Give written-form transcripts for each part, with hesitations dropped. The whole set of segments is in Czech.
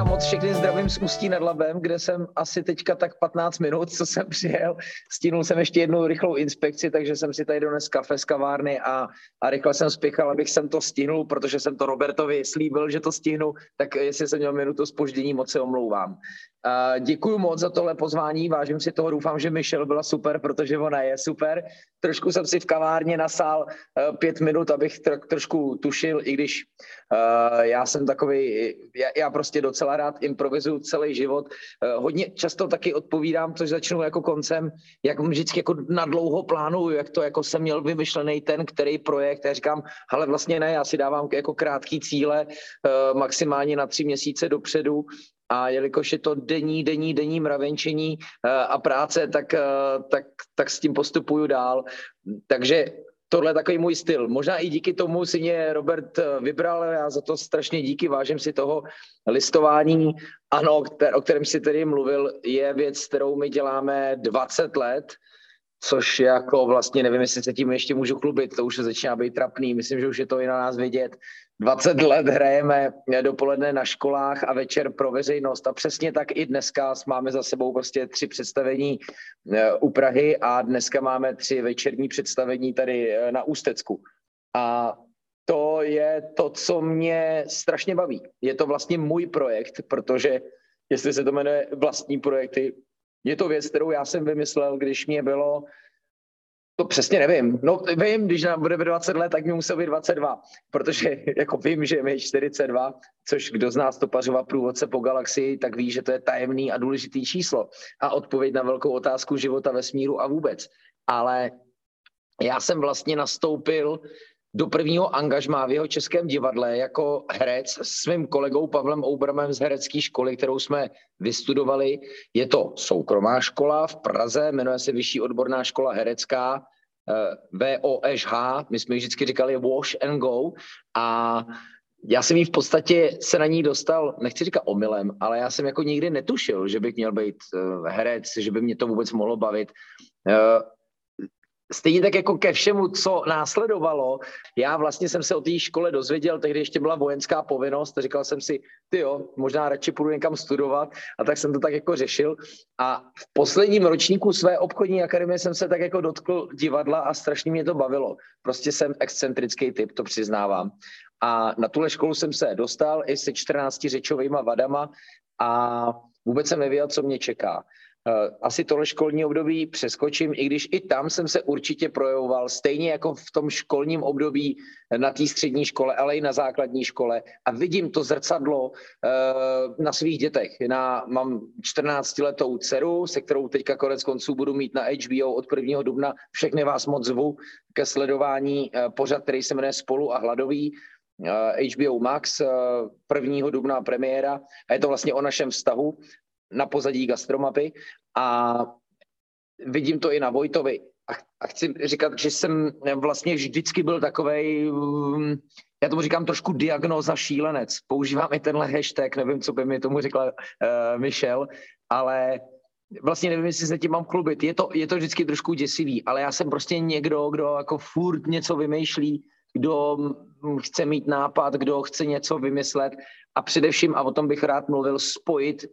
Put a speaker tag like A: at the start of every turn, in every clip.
A: moc všechny zdravím z Ústí nad Labem, kde jsem asi teďka tak 15 minut, co jsem přijel. Stihnul jsem ještě jednu rychlou inspekci, takže jsem si tady dones kafe z kavárny a rychle jsem spěchal, abych jsem to stihnul, protože jsem to Robertovi slíbil, že to stihnu, tak jestli jsem měl minutu zpoždění, moc se omlouvám. Děkuju moc za tohle pozvání, vážím si toho, doufám, že Michelle byla super, protože ona je super. Trošku jsem si v kavárně nasál 5 minut, abych trošku tušil, i když já jsem takový, já prostě docela rád improvizuju celý život. Hodně často taky odpovídám, což začnu jako koncem, jak vždycky jako na dlouho plánuju, jak to jako jsem měl vymyšlený ten, který projekt. Já říkám, ale vlastně ne, já si dávám jako krátký cíle, maximálně na 3 měsíce dopředu. A jelikož je to denní mravenčení a práce, tak s tím postupuju dál. Takže tohle je takový můj styl. Možná i díky tomu si mě Robert vybral, já za to strašně díky, vážím si toho listování. Ano, o kterém si tedy mluvil, je věc, kterou my děláme 20 let, což jako vlastně nevím, jestli se tím ještě můžu chlubit, to už se začíná být trapný, myslím, že už je to i na nás vidět. 20 let hrajeme dopoledne na školách a večer pro veřejnost a přesně tak i dneska máme za sebou prostě 3 představení u Prahy a dneska máme 3 večerní představení tady na Ústecku. A to je to, co mě strašně baví. Je to vlastně můj projekt, protože jestli se to jmenuje vlastní projekty, je to věc, kterou já jsem vymyslel, když mě bylo, to přesně nevím. No vím, když nám bude 20 let, tak mi musel být 22, protože jako vím, že je mi 42, což kdo z nás Topařova průvodce po galaxii, tak ví, že to je tajemný a důležitý číslo a odpověď na velkou otázku života, vesmíru a vůbec. Ale já jsem vlastně nastoupil do prvního angažmá v jeho Českém divadle jako herec s svým kolegou Pavlem Oubramem z herecké školy, kterou jsme vystudovali. Je to soukromá škola v Praze, jmenuje se Vyšší odborná škola herecká, VOŠH, my jsme ji vždycky říkali Wash and Go a já jsem jí v podstatě se na ní dostal, nechci říkat omylem, ale já jsem jako nikdy netušil, že bych měl být herec, že by mě to vůbec mohlo bavit. Stejně tak jako ke všemu, co následovalo, já vlastně jsem se o té škole dozvěděl, tehdy ještě byla vojenská povinnost, říkal jsem si, možná radši půjdu někam studovat a tak jsem to tak jako řešil a v posledním ročníku své obchodní akademie jsem se tak jako dotkl divadla a strašně mě to bavilo. Prostě jsem excentrický typ, to přiznávám. A na tuhle školu jsem se dostal i se 14 řečovýma vadama a vůbec jsem nevěděl, co mě čeká. Asi tohle školní období přeskočím, i když i tam jsem se určitě projevoval, stejně jako v tom školním období na té střední škole, ale i na základní škole. A vidím to zrcadlo na svých dětech. Mám 14letou dceru, se kterou teďka konec konců budu mít na HBO od 1. dubna. Všechny vás moc zvu ke sledování pořad, který se jmenuje Spolu a hladový. HBO Max, 1. dubna premiéra. A je to vlastně o našem vztahu na pozadí gastromapy a vidím to i na Vojtovi. A chci říkat, že jsem vlastně vždycky byl takovej, já tomu říkám trošku diagnóza šílenec. Používám i tenhle hashtag, nevím, co by mi tomu řekla Michelle, ale vlastně nevím, jestli se tím mám chlubit. Je to vždycky trošku děsivý, ale já jsem prostě někdo, kdo jako furt něco vymýšlí, kdo chce mít nápad, kdo chce něco vymyslet a především, a o tom bych rád mluvil, spojit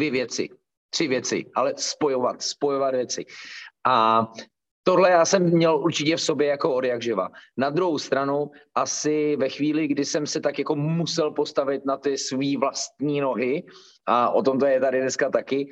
A: 3 věci, ale spojovat věci. A tohle já jsem měl určitě v sobě jako od jak živa. Na druhou stranu, asi ve chvíli, kdy jsem se tak jako musel postavit na ty svý vlastní nohy, a o tom to je tady dneska taky,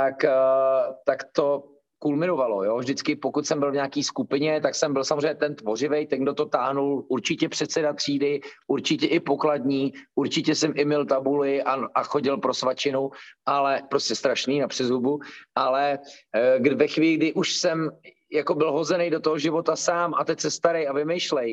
A: tak to kulminovalo. Jo? Vždycky, pokud jsem byl v nějaký skupině, tak jsem byl samozřejmě ten tvořivej, ten, kdo to táhnul, určitě předseda třídy, určitě i pokladní, určitě jsem i mil tabuly a chodil pro svačinu, ale prostě strašný na přezubu, ale ve chvíli, kdy už jsem jako byl hozený do toho života sám a teď se starej a vymýšlej,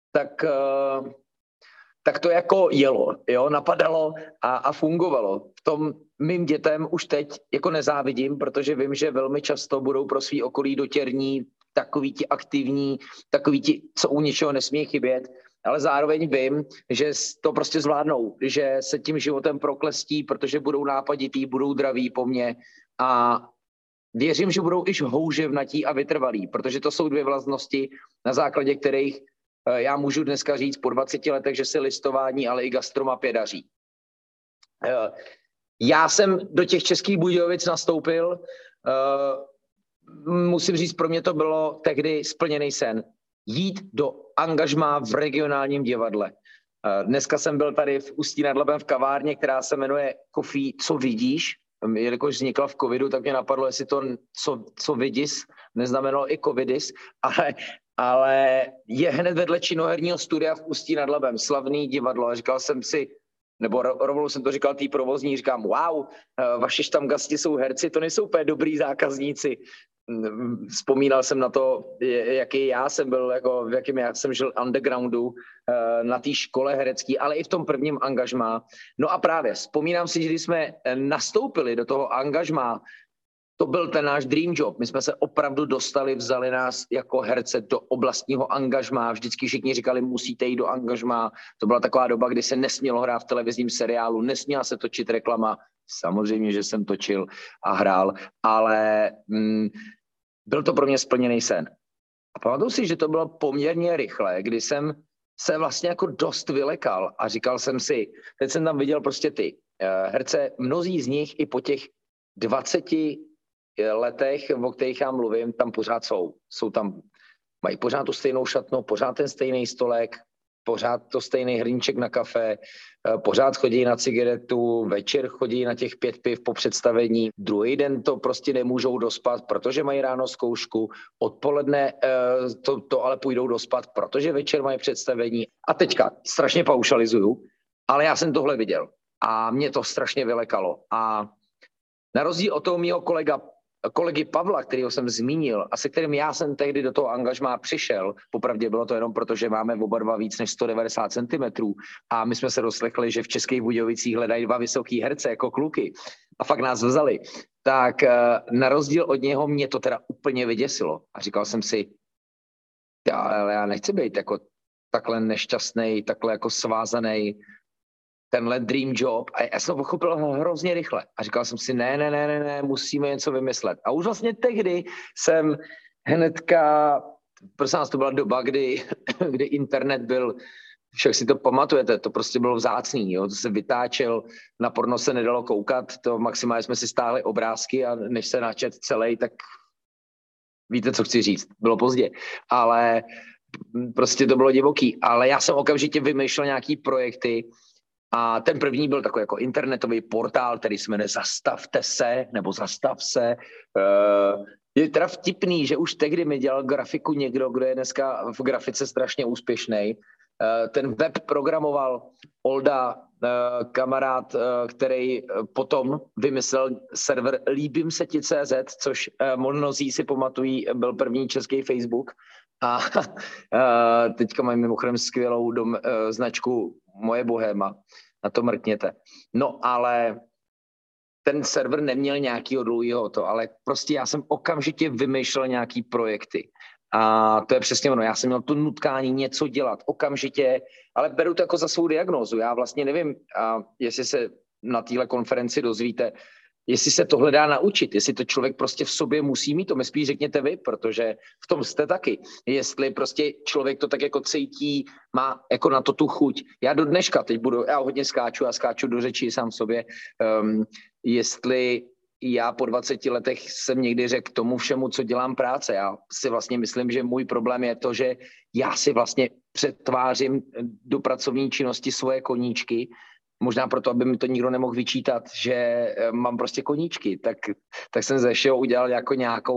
A: tak to jako jelo, jo, napadalo a fungovalo. V tom mým dětem už teď jako nezávidím, protože vím, že velmi často budou pro svý okolí dotěrní, takový ti aktivní, takový ti, co u něčeho nesmí chybět, ale zároveň vím, že to prostě zvládnou, že se tím životem proklestí, protože budou nápaditý, budou draví po mně a věřím, že budou i houževnatí a vytrvalí, protože to jsou 2 vlastnosti, na základě kterých já můžu dneska říct po 20 letech, že se listování, ale i gastromapě daří. Já jsem do těch Českých Budějovic nastoupil, musím říct, pro mě to bylo tehdy splněný sen. Jít do angažmá v regionálním divadle. Dneska jsem byl tady v Ústí nad Labem v kavárně, která se jmenuje Coffee Co vidíš. Jelikož vznikla v covidu, tak mě napadlo, jestli to co vidíš neznamenalo i covidis, ale je hned vedle činoherního studia v Ústí nad Labem, slavný divadlo. A říkal jsem si, nebo rovnou jsem to říkal tý provozní, říkám, wow, vaši štamgasti jsou herci, to nejsou úplně dobrý zákazníci. Vzpomínal jsem na to, jaký já jsem byl, jako v jakém já jsem žil undergroundu, na té škole herecký, ale i v tom prvním angažmá. No a právě, vzpomínám si, že když jsme nastoupili do toho angažmá, to byl ten náš dream job. My jsme se opravdu dostali, vzali nás jako herce do oblastního angažmá. Vždycky všichni říkali, musíte jít do angažmá. To byla taková doba, kdy se nesmělo hrát v televizním seriálu, nesměla se točit reklama. Samozřejmě, že jsem točil a hrál, ale byl to pro mě splněný sen. A pamatuju si, že to bylo poměrně rychle, kdy jsem se vlastně jako dost vylekal a říkal jsem si, teď jsem tam viděl prostě ty herce, mnozí z nich i po těch 20 letech, o kterých já mluvím, tam pořád jsou tam, mají pořád tu stejnou šatnu, pořád ten stejný stolek, pořád to stejný hrníček na kafe, pořád chodí na cigaretu, večer chodí na těch 5 piv po představení, druhý den to prostě nemůžou dospat, protože mají ráno zkoušku, odpoledne to ale půjdou dospat, protože večer mají představení. A teďka strašně paušalizuju, ale já jsem tohle viděl a mě to strašně vylekalo. A na rozdíl od toho mýho kolegy Pavla, kterého jsem zmínil a se kterým já jsem tehdy do toho angažmá přišel, popravdě bylo to jenom proto, že máme oba dva víc než 190 cm a my jsme se doslechli, že v Českých Budějovicích hledají 2 vysoký herce jako kluky a fakt nás vzali, tak na rozdíl od něho mě to teda úplně vyděsilo a říkal jsem si, ale já nechci být jako takhle nešťastný, takhle jako svázaný, tenhle dream job a já jsem to pochopil hrozně rychle a říkal jsem si, ne, musíme něco vymyslet. A už vlastně tehdy jsem hnedka, prosím vás, to byla doba, kdy internet byl, však si to pamatujete, to prostě bylo vzácný, jo? To se vytáčel, na porno se nedalo koukat, to maximálně jsme si stáhli obrázky a než se načet celý, tak víte, co chci říct, bylo pozdě, ale prostě to bylo divoký, ale já jsem okamžitě vymýšlel nějaký projekty. A ten první byl takový jako internetový portál, který se jmenuje Zastavte se, nebo Zastav se. Je teda vtipný, že už tehdy mi dělal grafiku někdo, kdo je dneska v grafice strašně úspěšný. Ten web programoval Olda, kamarád, který potom vymyslel server Líbím se ti CZ, což mnozí si pamatují, byl první český Facebook. A teďka mají mimochodem skvělou značku Moje bohéma, na to mrkněte. No ale ten server neměl nějakýho dlouhýho to, ale prostě já jsem okamžitě vymýšlel nějaký projekty. A to je přesně ono, já jsem měl to nutkání něco dělat okamžitě, ale beru to jako za svou diagnózu. Já vlastně nevím, jestli se na téhle konferenci dozvíte, jestli se tohle dá naučit, jestli to člověk prostě v sobě musí mít, to mi spíš řekněte vy, protože v tom jste taky. Jestli prostě člověk to tak jako cítí, má jako na to tu chuť. Já do dneška já hodně skáču do řečí sám sobě, jestli já po 20 letech jsem někdy řekl tomu všemu, co dělám práce. Já si vlastně myslím, že můj problém je to, že já si vlastně přetvářím do pracovní činnosti svoje koníčky, možná proto, aby mi to nikdo nemohl vyčítat, že mám prostě koníčky, tak jsem ze všeho udělal jako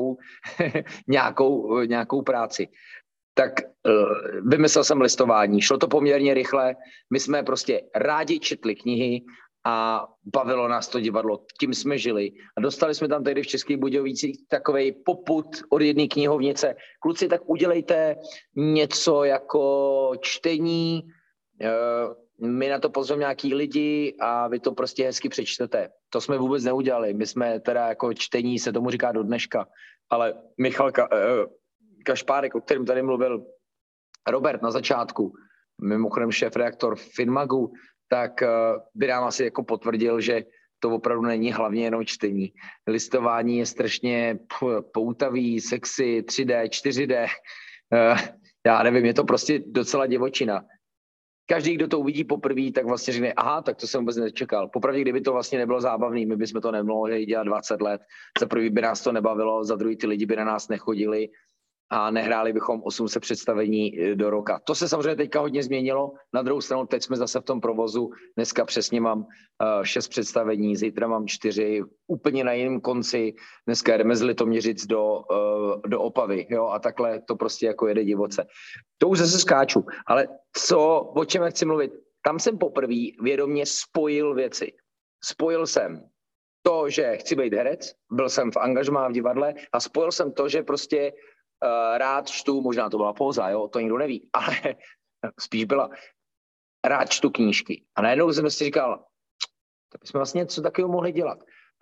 A: nějakou práci. Tak vymyslel jsem listování, šlo to poměrně rychle, my jsme prostě rádi četli knihy a bavilo nás to divadlo, tím jsme žili. A dostali jsme tam tehdy v Českých Budějovicích takovej popud od jedné knihovnice. Kluci, tak udělejte něco jako čtení, my na to pozveme nějaký lidi a vy to prostě hezky přečtete. To jsme vůbec neudělali. My jsme teda jako čtení, se tomu říká do dneška, ale Michal Kašpárek, o kterém tady mluvil Robert na začátku, mimochodem šéfredaktor Finmagu, tak by nám asi jako potvrdil, že to opravdu není hlavně jenom čtení. Listování je strašně poutavý, sexy, 3D, 4D. Já nevím, je to prostě docela divočina. každý, kdo to uvidí poprvé, tak vlastně řekne, aha, tak to jsem vůbec nečekal. Popravdě, kdyby to vlastně nebylo zábavný, my bychom to nemohli dělat 20 let. Za prvý by nás to nebavilo, za druhý ty lidi by na nás nechodili a nehráli bychom 800 představení do roka. To se samozřejmě teďka hodně změnilo. Na druhou stranu teď jsme zase v tom provozu. Dneska přesně mám 6 představení, zítra mám 4, úplně na jiném konci. Dneska jdeme z Litoměřic do Opavy, jo, a takhle to prostě jako jede divoce. To už zase skáču, ale o čem chci mluvit? Tam jsem poprvé vědomě spojil věci. Spojil jsem to, že chci být herec, byl jsem v angažmá v divadle a spojil jsem to, že prostě rád čtu, možná to byla póza, jo, to nikdo neví, ale spíš byla, rád čtu knížky. A najednou jsem si říkal, tak bychom vlastně něco takového mohli dělat.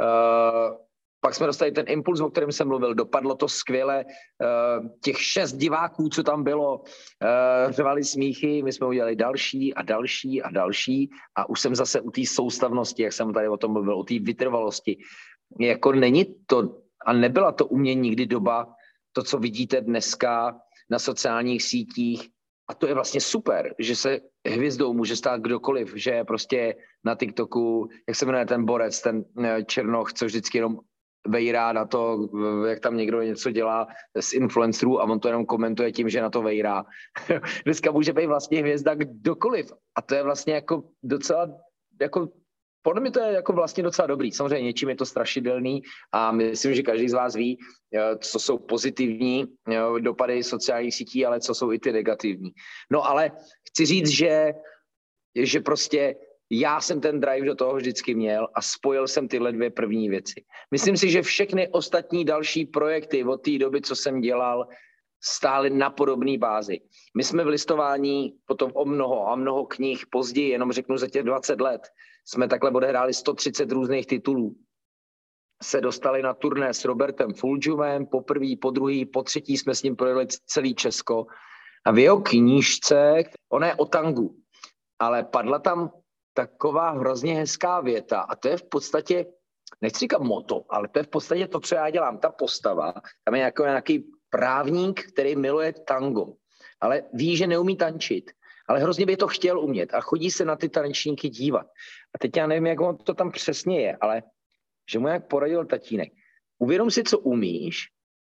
A: Pak jsme dostali ten impuls, o kterém jsem mluvil, dopadlo to skvěle, těch 6 diváků, co tam bylo, řvali smíchy, my jsme udělali další a další a další a už jsem zase u té soustavnosti, jak jsem tady o tom mluvil, o té vytrvalosti. Jako není to, a nebyla to u mě nikdy doba, to, co vidíte dneska na sociálních sítích, a to je vlastně super, že se hvězdou může stát kdokoliv, že prostě na TikToku, jak se jmenuje ten borec, ten Černoch, co vždycky jenom vejrá na to, jak tam někdo něco dělá z influencerů a on to jenom komentuje tím, že na to vejrá. Dneska může být vlastně hvězda kdokoliv a to je vlastně jako docela, jako podle mě to je jako vlastně docela dobrý. Samozřejmě něčím je to strašidelný a myslím, že každý z vás ví, co jsou pozitivní dopady sociálních sítí, ale co jsou i ty negativní. No ale chci říct, že prostě já jsem ten drive do toho vždycky měl a spojil jsem tyhle 2 první věci. Myslím si, že všechny ostatní další projekty od té doby, co jsem dělal, stály na podobné bázi. My jsme v listování potom o mnoho a mnoho knih později, jenom řeknu za těch 20 let, jsme takhle odehráli 130 různých titulů. Se dostali na turné s Robertem Fulgiumem, po první, po druhý, po třetí jsme s ním projeli celý Česko. A v jeho knížce, ona je o tangu, ale padla tam taková hrozně hezká věta a to je v podstatě, nechci říkat moto, ale to je v podstatě to, co já dělám, ta postava. Tam je jako nějaký právník, který miluje tango, ale ví, že neumí tančit, ale hrozně by to chtěl umět a chodí se na ty tanečníky dívat. A teď já nevím, jak on to tam přesně je, ale že mu jak poradil tatínek. Uvědom si, co umíš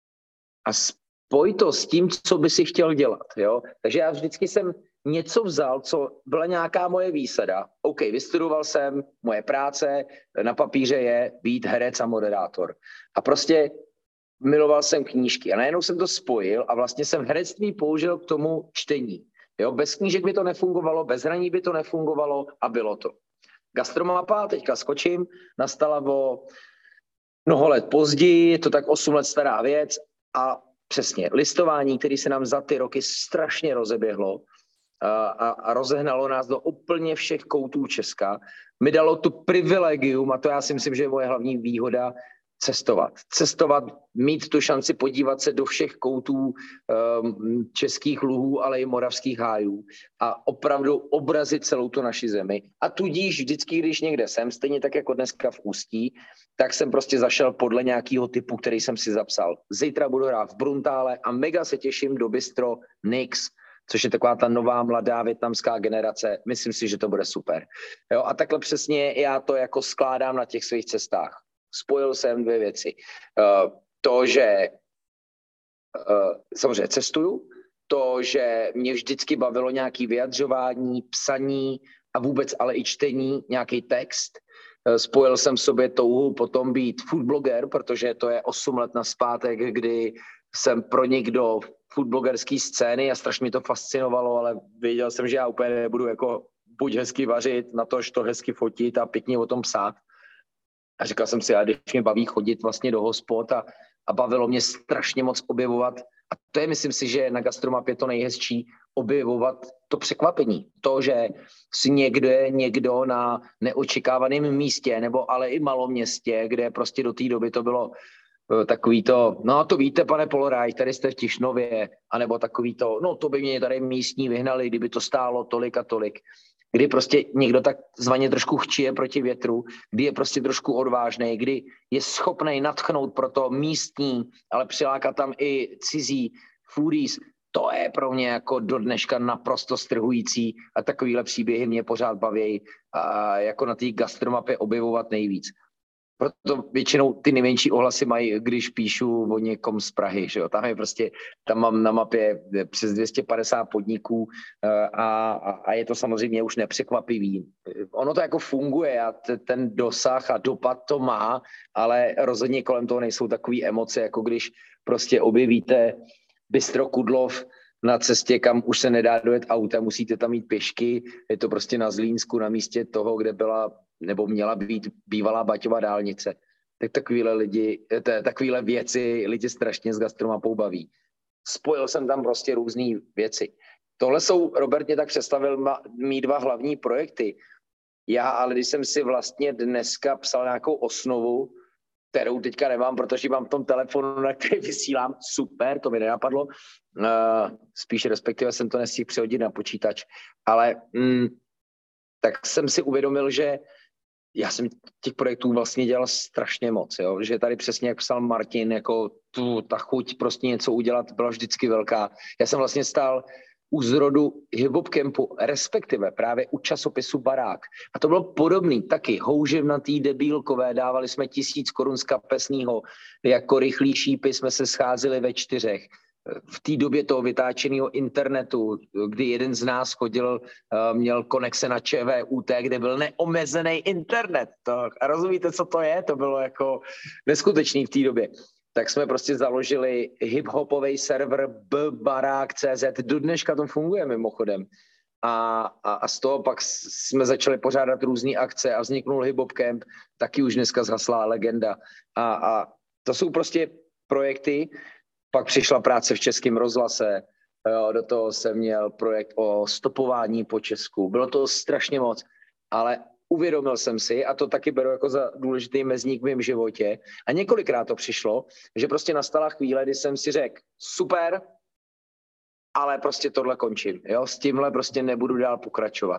A: a spoj to s tím, co by si chtěl dělat. Jo? Takže já vždycky jsem něco vzal, co byla nějaká moje výsada. OK, vystudoval jsem, moje práce na papíře je být herec a moderátor. A prostě miloval jsem knížky a najednou jsem to spojil a vlastně jsem herectví použil k tomu čtení. Jo? Bez knížek by to nefungovalo, bez hraní by to nefungovalo a bylo to. Gastromapa, teďka skočím, nastala o mnoho let později, je to tak 8 let stará věc a přesně listování, který se nám za ty roky strašně rozeběhlo a rozehnalo nás do úplně všech koutů Česka, mi dalo tu privilegium, a to já si myslím, že je moje hlavní výhoda, cestovat, mít tu šanci podívat se do všech koutů českých luhů, ale i moravských hájů a opravdu obrazit celou tu naši zemi. A tudíž vždycky, když někde jsem, stejně tak jako dneska v Ústí, tak jsem prostě zašel podle nějakého typu, který jsem si zapsal. Zítra budu hrát v Bruntále a mega se těším do Bistro Nix, což je taková ta nová mladá vietnamská generace. Myslím si, že to bude super. Jo, a takhle přesně já to jako skládám na těch svých cestách. Spojil jsem 2 věci. To, že samozřejmě cestuju, to, že mě vždycky bavilo nějaké vyjadřování, psaní a vůbec ale i čtení, nějaký text. Spojil jsem v sobě touhu potom být foodbloger, protože to je 8 let nazpátek, kdy jsem pronikl do foodblogerské scény a strašně mi to fascinovalo, ale věděl jsem, že já úplně nebudu jako buď hezky vařit, natož to hezky fotit a pěkně o tom psát. A říkal jsem si, já když mě baví chodit vlastně do hospod a bavilo mě strašně moc objevovat, a to je, myslím si, že na Gastromapě to nejhezčí, objevovat to překvapení. To, že si někdo na neočekávaném místě, nebo ale i maloměstě, kde prostě do té doby to bylo takový to, no to víte, pane Poloraj, tady jste v Tišnově, anebo takový to, no to by mě tady místní vyhnali, kdyby to stálo tolik a tolik. Kdy prostě někdo tak zvaně trošku chčije proti větru, kdy je prostě trošku odvážnej, kdy je schopnej nadchnout pro to místní, ale přilákat tam i cizí foodies. to je pro mě jako do dneška naprosto strhující a takovýhle příběhy mě pořád baví a jako na té gastromapě objevovat nejvíc. Proto většinou ty nejmenší ohlasy mají, když píšu o někom z Prahy, že jo? Tam mám na mapě přes 250 podniků a je to samozřejmě už nepřekvapivý. Ono to jako funguje a ten dosah a dopad to má, ale rozhodně kolem toho nejsou takové emoce, jako když prostě objevíte Bistro Kudlov na cestě, kam už se nedá dojet auta, musíte tam jít pěšky, je to prostě na Zlínsku, na místě toho, kde byla nebo měla být bývalá Baťova dálnice. Tak takovýhle věci lidi strašně s gastromapou baví. Spojil jsem tam prostě různé věci. Tohle jsou, Robert mě tak představil, mý 2 hlavní projekty. Já, ale když jsem si vlastně dneska psal nějakou osnovu, kterou teďka nemám, protože mám v tom telefonu, na který vysílám, super, to mi nenapadlo. Spíš respektive jsem to nestihl přehodit na počítač. Ale tak jsem si uvědomil, že já jsem těch projektů vlastně dělal strašně moc, jo? Že tady přesně, jak psal Martin, jako ta chuť prostě něco udělat byla vždycky velká. Já jsem vlastně stál u zrodu hip-hop campu, respektive právě u časopisu Barák. A to bylo podobný, taky houževnatý debílkové, dávali jsme 1000 korun z kapesního, jako rychlý šípy jsme se scházeli ve 4. V té době toho vytáčeného internetu, kdy jeden z nás chodil, měl konexe na ČVUT, kde byl neomezený internet. A rozumíte, co to je? To bylo jako neskutečný v té době. Tak jsme prostě založili hip-hopový server bbarák.cz. Do dneška to funguje mimochodem. A z toho pak jsme začali pořádat různé akce a vzniknul hip-hop camp, taky už dneska zhaslá legenda. A to jsou prostě projekty. Pak přišla práce v Českém rozhlase, jo, do toho jsem měl projekt o stopování po Česku. Bylo to strašně moc, ale uvědomil jsem si, a to taky beru jako za důležitý mezník v mém životě, a několikrát to přišlo, že prostě nastala chvíle, kdy jsem si řekl, super, ale prostě tohle končím. Jo? S tímhle prostě nebudu dál pokračovat.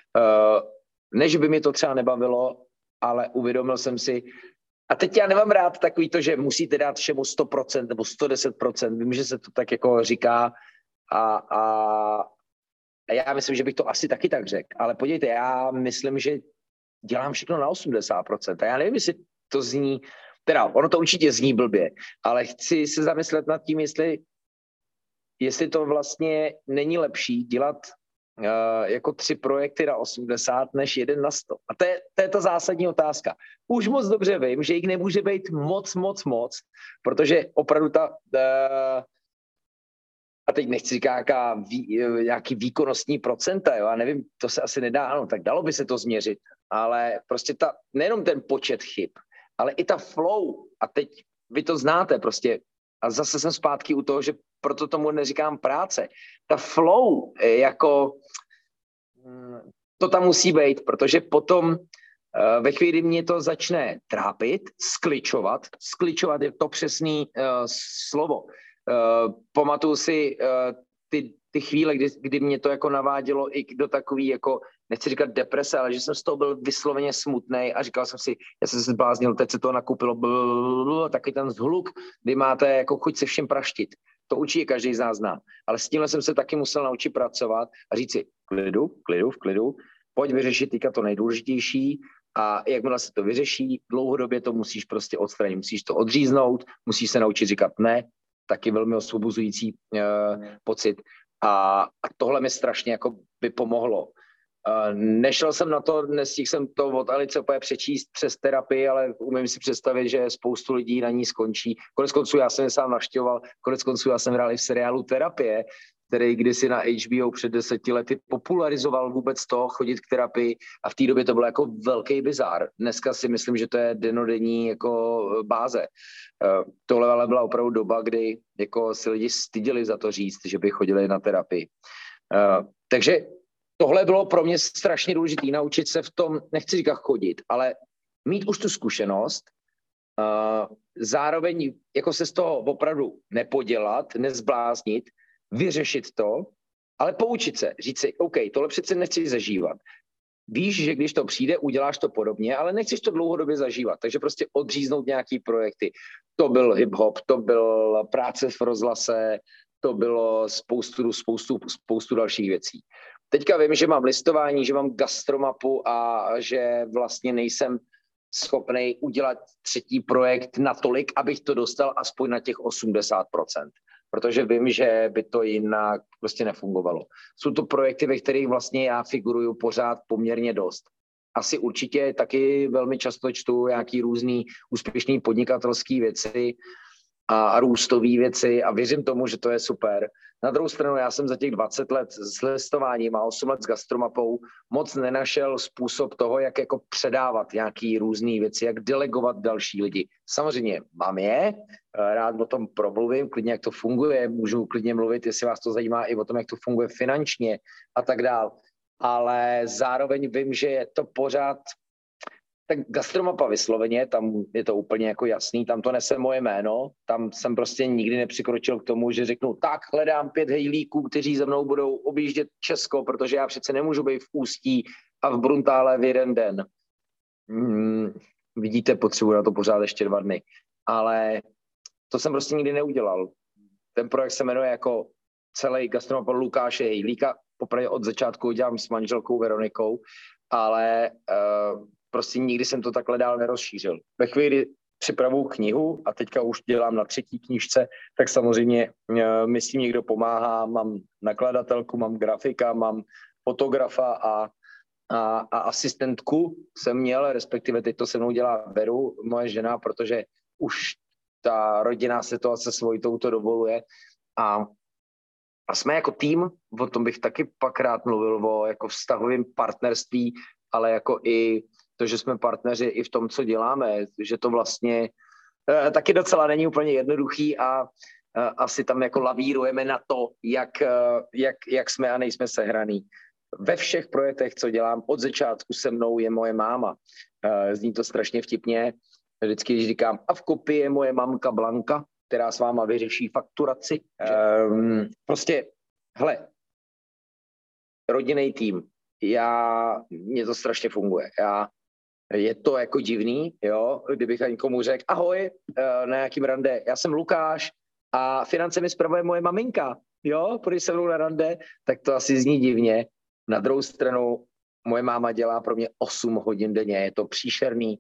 A: Než by mi to třeba nebavilo, ale uvědomil jsem si, a teď já nemám rád takový to, že musíte dát všemu 100% nebo 110%. Vím, že se to tak jako říká a já myslím, že bych to asi taky tak řekl. Ale podívejte, já myslím, že dělám všechno na 80%. A já nevím, jestli to zní, teda ono to určitě zní blbě, ale chci se zamyslet nad tím, jestli to vlastně není lepší dělat jako 3 projekty na 80 než 1 na 100. A to je ta zásadní otázka. Už moc dobře vím, že jich nemůže být moc, protože opravdu a teď nechci říkat nějaký výkonnostní procenta, jo, a nevím, to se asi nedá, ano, tak dalo by se to změřit, ale prostě nejenom ten počet chyb, ale i ta flow, a teď vy to znáte prostě, a zase jsem zpátky u toho, že proto tomu neříkám práce. Ta flow, jako to tam musí být, protože potom ve chvíli, kdy mě to začne trápit, skličovat je to přesný slovo. Pamatuju si ty chvíle, kdy mě to jako navádělo i do takový, jako, nechci říkat deprese, ale že jsem z toho byl vysloveně smutnej a říkal jsem si, já jsem se zbláznil, teď se to nakupilo, taky ten zhluk, kdy máte jako chuť se všem praštit. To určitě každý z nás zná. Ale s tímhle jsem se taky musel naučit pracovat a říct si, v klidu, pojď vyřešit teďka to nejdůležitější a jakmile se to vyřeší, dlouhodobě to musíš prostě odstranit, musíš to odříznout, musíš se naučit říkat ne, taky velmi osvobozující pocit. A tohle mi strašně jako by pomohlo. Nešel jsem na to, nestihl jsem to od Alice úplně přečíst přes terapii, ale umím si představit, že spoustu lidí na ní skončí. Koneckonců já jsem je sám navštěvoval, koneckonců já jsem hrál i v seriálu Terapie, který kdysi na HBO před 10 lety popularizoval vůbec to, chodit k terapii a v té době to bylo jako velký bizár. Dneska si myslím, že to je dennodenní jako báze. Tohle ale byla opravdu doba, kdy jako si lidi styděli za to říct, že by chodili na terapii. Takže tohle bylo pro mě strašně důležité, naučit se v tom, nechci říkat chodit, ale mít už tu zkušenost, zároveň jako se z toho opravdu nepodělat, nezbláznit, vyřešit to, ale poučit se, říct si, OK, tohle přece nechci zažívat. Víš, že když to přijde, uděláš to podobně, ale nechceš to dlouhodobě zažívat, takže prostě odříznout nějaký projekty. To byl hip-hop, to byl práce v rozhlase, to bylo spoustu dalších věcí. Teďka vím, že mám listování, že mám gastromapu a že vlastně nejsem schopnej udělat třetí projekt natolik, abych to dostal aspoň na těch 80%. Protože vím, že by to jinak prostě nefungovalo. Jsou to projekty, ve kterých vlastně já figuruju pořád poměrně dost. Asi určitě taky velmi často čtu nějaký různý úspěšný podnikatelský věci a růstové věci a věřím tomu, že to je super. Na druhou stranu já jsem za těch 20 let s listováním a 8 let s gastromapou moc nenašel způsob toho, jak jako předávat nějaký různý věci, jak delegovat další lidi. Samozřejmě mám je, rád o tom promluvím, klidně jak to funguje, můžu klidně mluvit, jestli vás to zajímá i o tom, jak to funguje finančně a tak dál. Ale zároveň vím, že je to pořád tak gastromapa vysloveně, tam je to úplně jako jasný, tam to nese moje jméno, tam jsem prostě nikdy nepřikročil k tomu, že řeknu, tak hledám 5 hejlíků, kteří za mnou budou objíždět Česko, protože já přece nemůžu být v Ústí a v Bruntále v jeden den. Vidíte, potřebuji na to pořád ještě 2 dny. Ale to jsem prostě nikdy neudělal. Ten projekt se jmenuje jako celý gastromapa Lukáše Hejlíka, popravdě od začátku dělám s manželkou Veronikou, ale prostě nikdy jsem to takhle dál nerozšířil. Ve chvíli připravuju knihu a teďka už dělám na 3. knížce, tak samozřejmě mi s tím někdo pomáhá. Mám nakladatelku, mám grafika, mám fotografa a asistentku jsem měl, respektive teď to se mnou dělá Veru, moje žena, protože už ta rodinná situace s Vojtou to dovoluje. A jsme jako tým, o tom bych taky pak rád mluvil, o jako vztahovém partnerství, ale jako i to, že jsme partneři i v tom, co děláme, že to vlastně taky docela není úplně jednoduchý a asi tam jako lavírujeme na to, jak jsme a nejsme sehraný. Ve všech projektech, co dělám, od začátku se mnou je moje máma. Zní to strašně vtipně. Vždycky, když říkám, a v kopii je moje mamka Blanka, která s váma vyřeší fakturaci. Prostě, hele, rodinný tým. Mně to strašně funguje. Je to jako divný, jo, kdybych někomu řekl, ahoj, na nějakým rande, já jsem Lukáš a finance mi spravuje moje maminka, jo, půjdeš se mnou na rande, tak to asi zní divně. Na druhou stranu, moje máma dělá pro mě 8 hodin denně, je to příšerný.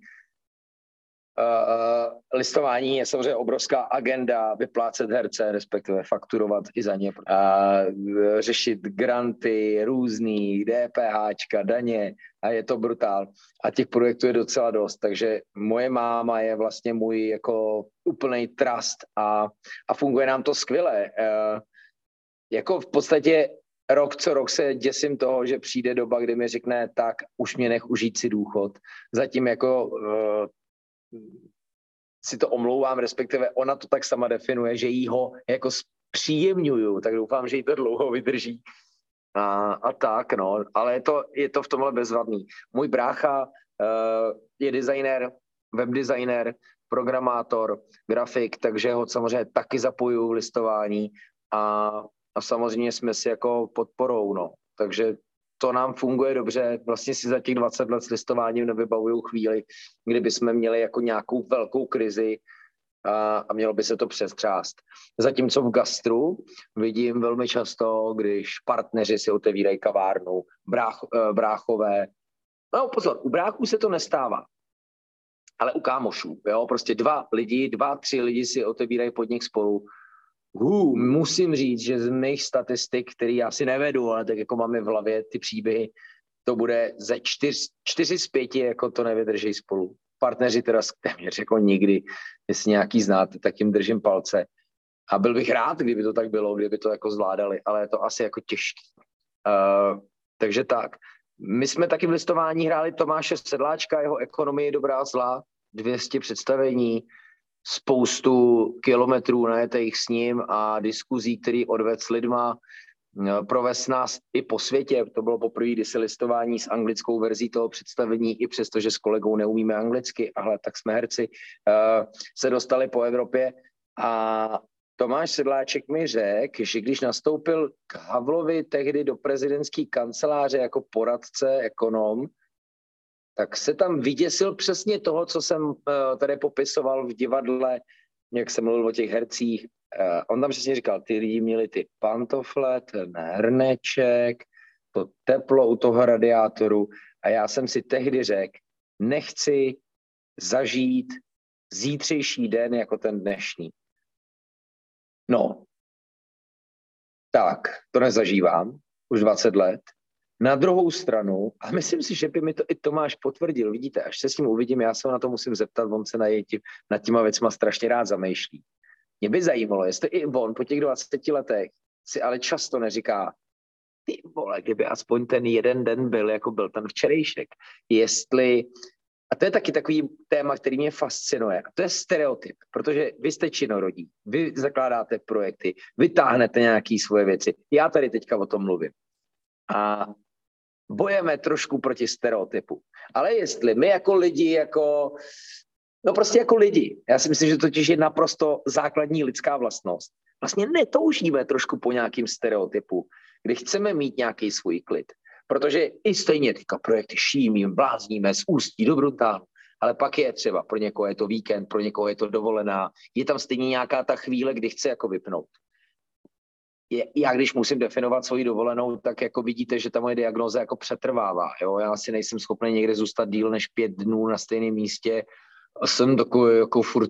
A: Listování je samozřejmě obrovská agenda, vyplácet herce, respektive fakturovat i za ně, řešit granty, různý, DPHčka, daně a je to brutál. A těch projektů je docela dost, takže moje máma je vlastně můj jako úplný trust a funguje nám to skvěle. Jako v podstatě rok co rok se děsím toho, že přijde doba, kdy mi řekne, tak už mě nech užít si důchod. Zatím jako si to omlouvám, respektive ona to tak sama definuje, že jí ho jako zpříjemňuju, tak doufám, že jí to dlouho vydrží. A tak, no, ale je to v tomhle bezvadný. Můj brácha je designer, webdesigner, programátor, grafik, takže ho samozřejmě taky zapojuju v listování a samozřejmě jsme si jako podporou, no. Takže to nám funguje dobře. Vlastně si za těch 20 let s listováním nevybavuju chvíli, kdyby jsme měli jako nějakou velkou krizi a mělo by se to přestřást. Zatímco v gastru vidím velmi často, když partneři si otevírají kavárnu, bráchové. No pozor, u bráchů se to nestává, ale u kámošů, jo, prostě 2, 3 lidi si otevírají podnik spolu. Musím říct, že z mých statistik, který já si nevedu, ale tak jako máme v hlavě ty příběhy, to bude ze 4 z 5, jako to nevydrží spolu. Partneři teda téměř jako nikdy, jestli nějaký znáte, tak jim držím palce. A byl bych rád, kdyby to tak bylo, kdyby to jako zvládali, ale je to asi jako těžký. Takže tak. My jsme taky v listování hráli Tomáše Sedláčka, jeho Ekonomie dobrá a zlá, 200 představení, spoustu kilometrů najetých s ním a diskuzí, který odvedl s lidma, provez nás i po světě. To bylo poprvé, kdy se listování s anglickou verzí toho představení, i přesto, že s kolegou neumíme anglicky, ale tak jsme herci, se dostali po Evropě. A Tomáš Sedláček mi řekl, že když nastoupil k Havlovi tehdy do prezidentské kanceláře jako poradce, ekonom, tak se tam vyděsil přesně toho, co jsem tady popisoval v divadle, jak jsem mluvil o těch hercích, on tam přesně říkal, ty lidi měli ty pantofle, ten hrneček, to teplo u toho radiátoru a já jsem si tehdy řekl, nechci zažít zítřejší den jako ten dnešní. No, tak, to nezažívám už 20 let. Na druhou stranu, a myslím si, že by mi to i Tomáš potvrdil, vidíte, až se s ním uvidím, já se na to musím zeptat, on se nad těma věcma strašně rád zamýšlí. Mě by zajímalo, jestli i on po těch 20 letech si ale často neříká, ty vole, kdyby aspoň ten jeden den byl, jako byl ten včerejšek. Jestli, a to je taky takový téma, který mě fascinuje, a to je stereotyp, protože vy jste činorodí, vy zakládáte projekty, vytáhnete nějaké svoje věci. Já tady teďka o tom mluvím. A bojeme trošku proti stereotypu. Ale jestli my jako lidi, no prostě jako lidi, já si myslím, že totiž je naprosto základní lidská vlastnost. Vlastně netoužíme trošku po nějakým stereotypu, kdy chceme mít nějaký svůj klid. Protože i stejně teďka projekty šímím, blázníme z Ústí do Brutánu, ale pak je třeba, pro někoho je to víkend, pro někoho je to dovolená, je tam stejně nějaká ta chvíle, kdy chce jako vypnout. Já když musím definovat svoji dovolenou, tak jako vidíte, že ta moje diagnóza jako přetrvává. Jo? Já asi nejsem schopný někde zůstat díl než 5 dnů na stejném místě. Jsem takový jako furt,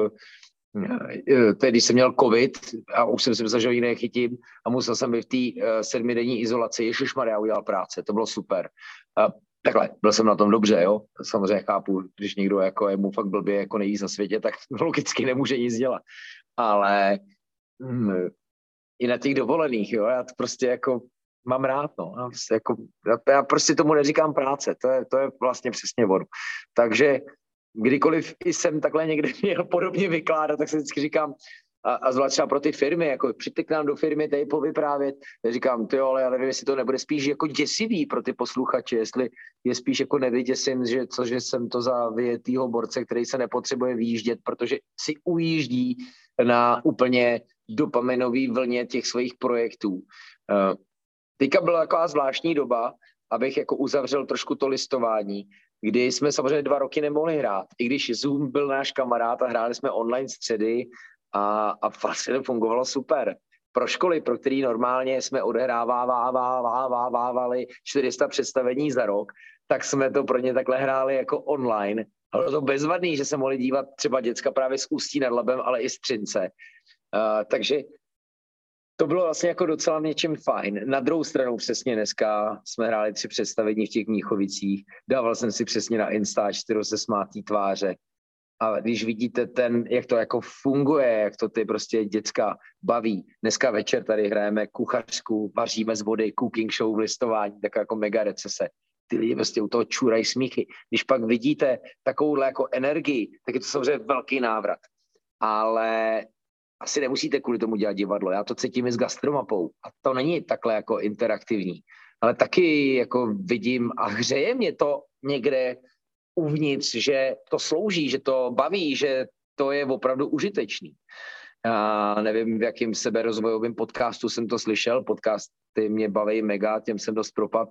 A: když jsem měl covid a už jsem si myslel, že ho jiné chytím a musel jsem být v té 7denní izolaci. Ježišmarja, udělal práce, to bylo super. Takhle, byl jsem na tom dobře, jo. Samozřejmě chápu, když někdo jako je mu fakt blbě jako nejvíc na světě, tak logicky nemůže nic dělat. Ale i na těch dovolených, jo, já to prostě jako mám rád, no. Já prostě tomu neříkám práce, to je vlastně přesně ono. Takže kdykoliv jsem takhle někde měl podobně vykládat, tak se vždycky říkám, a zvlášť třeba pro ty firmy, jako přijďte k nám do firmy tady povyprávět, já říkám, ale já nevím, jestli to nebude spíš jako děsivý pro ty posluchače, jestli je spíš jako nevyděsím, že jsem to za vyjetýho borce, který se nepotřebuje vyjíždět, protože si ujíždí na úplně dopaminový vlně těch svých projektů. Teďka byla taková zvláštní doba, abych jako uzavřel trošku to listování, kdy jsme samozřejmě 2 roky nemohli hrát. I když Zoom byl náš kamarád a hráli jsme online středy a vlastně to fungovalo super. Pro školy, pro který normálně jsme odehrávávali 400 představení za rok, tak jsme to pro ně takhle hráli jako online. Bylo to bezvadný, že se mohli dívat třeba děcka právě z Ústí nad Labem, ale i z Třince. Takže to bylo vlastně jako docela něčím fajn. Na druhou stranu přesně dneska jsme hráli 3 představení v těch Mnichovicích. Dával jsem si přesně na Instač, kterou se smátý tváře. A když vidíte jak to jako funguje, jak to ty prostě děcka baví. Dneska večer tady hrajeme kuchařku, vaříme z vody, cooking show v listování, tak jako mega recese. Ty lidi prostě u toho čůrají smíchy. Když pak vidíte takovouhle jako energii, tak je to samozřejmě velký návrat. Ale asi nemusíte kvůli tomu dělat divadlo. Já to cítím i s gastromapou. A to není takhle jako interaktivní. Ale taky jako vidím a hřeje mě to někde uvnitř, že to slouží, že to baví, že to je opravdu užitečný. Já nevím, v jakým seberozvojovém podcastu jsem to slyšel. Podcasty mě baví mega, těm jsem dost propad,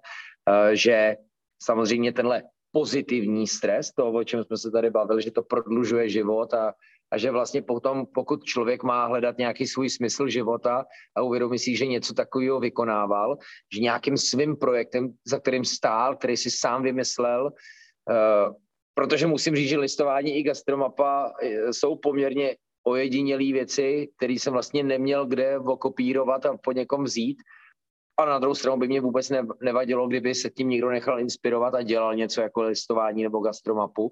A: že samozřejmě tenhle pozitivní stres, to, o čem jsme se tady bavili, že to prodlužuje život a že vlastně potom, pokud člověk má hledat nějaký svůj smysl života a uvědomí si, že něco takového vykonával, že nějakým svým projektem, za kterým stál, který si sám vymyslel, protože musím říct, že listování i gastromapa jsou poměrně ojedinělé věci, které jsem vlastně neměl kde okopírovat a po někom vzít. A na druhou stranu by mě vůbec nevadilo, kdyby se tím někdo nechal inspirovat a dělal něco jako listování nebo gastromapu,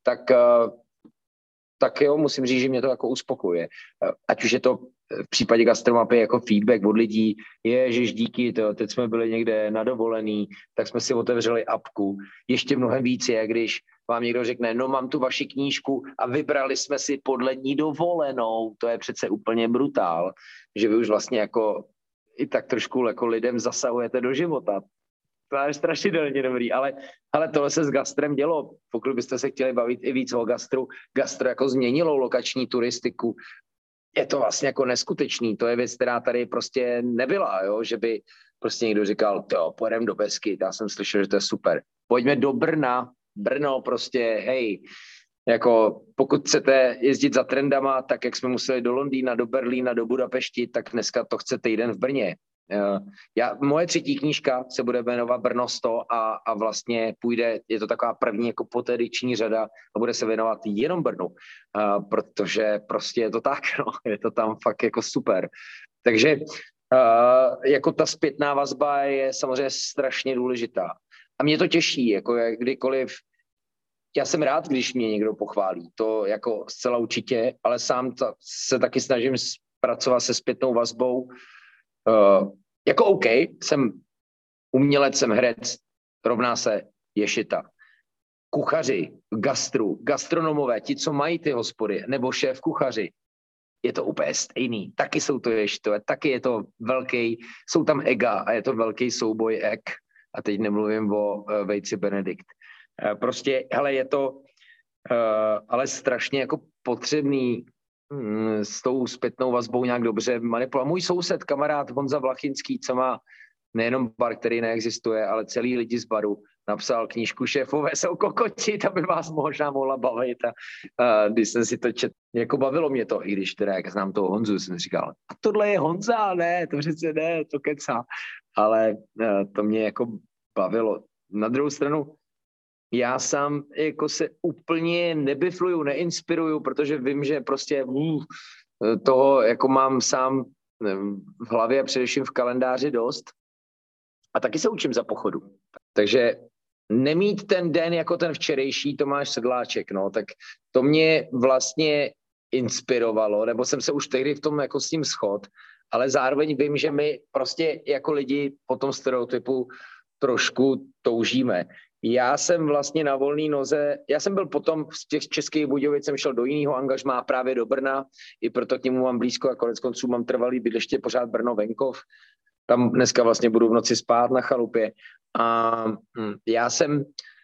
A: tak jo, musím říct, že mě to jako uspokojuje. Ať už je to v případě gastromapy jako feedback od lidí, ježiš, díky, teď jsme byli někde na dovolený, tak jsme si otevřeli apku. Ještě mnohem víc je, když vám někdo řekne, no mám tu vaši knížku a vybrali jsme si podle ní dovolenou. To je přece úplně brutál, že vy už vlastně jako i tak trošku jako lidem zasahujete do života. To je strašidelně dobrý, ale tohle se s gastrem dělo. Pokud byste se chtěli bavit i víc o gastro jako změnilo lokační turistiku. Je to vlastně jako neskutečný. To je věc, která tady prostě nebyla, jo? Že by prostě někdo říkal, pojedeme do Beskyt, já jsem slyšel, že to je super. Pojďme do Brna, Brno prostě, hej, Jako pokud chcete jezdit za trendama, tak jak jsme museli do Londýna, do Berlína, do Budapešti, tak dneska to chce týden v Brně. Moje 3. knížka se bude jmenovat Brno 100 a vlastně půjde, je to taková první jako poteriční řada a bude se věnovat jenom Brnu, protože prostě je to tak, no, je to tam fakt jako super. Takže jako ta zpětná vazba je samozřejmě strašně důležitá. A mě to těší, jako kdykoliv. Já jsem rád, když mě někdo pochválí, to jako zcela určitě, ale sám se taky snažím pracovat se zpětnou vazbou. Jako OK, jsem umělec, jsem herec, rovná se ješita. Kuchaři, gastronomové, ti, co mají ty hospody, nebo šéf kuchaři, je to úplně stejný. Taky jsou to ješitové, taky je to velký, jsou tam ega a je to velký souboj eg. A teď nemluvím o vejci Benedikt. Prostě, hele, je to ale strašně jako potřebný s tou zpětnou vazbou nějak dobře manipulovat. Můj soused, kamarád Honza Vlachinský, co má nejenom bar, který neexistuje, ale celý lidi z baru, napsal knížku Šéfové jsou kokoti, ta by vás možná mohla bavit. A když jsem si to četl, jako bavilo mě to, i když teda, jak znám toho Honzu, jsem říkal, a tohle je Honza, ne, to přece ne, to kecá. Ale to mě jako bavilo. Na druhou stranu, já sám jako se úplně nebifluju, neinspiruju, protože vím, že prostě toho jako mám sám v hlavě, především v kalendáři dost. A taky se učím za pochodu. Takže nemít ten den jako ten včerejší Tomáš Sedláček, no, tak to mě vlastně inspirovalo, nebo jsem se už tehdy v tom jako s tím shodl, ale zároveň vím, že my prostě jako lidi po tom stereotypu trošku toužíme. Já jsem vlastně na volné noze, já jsem byl potom z těch Českých Budějovic, jsem šel do jiného angažmá právě do Brna, i proto k němu mám blízko a konec konců mám trvalý bydliště pořád Brno venkov. Tam dneska vlastně budu v noci spát na chalupě. A já jsem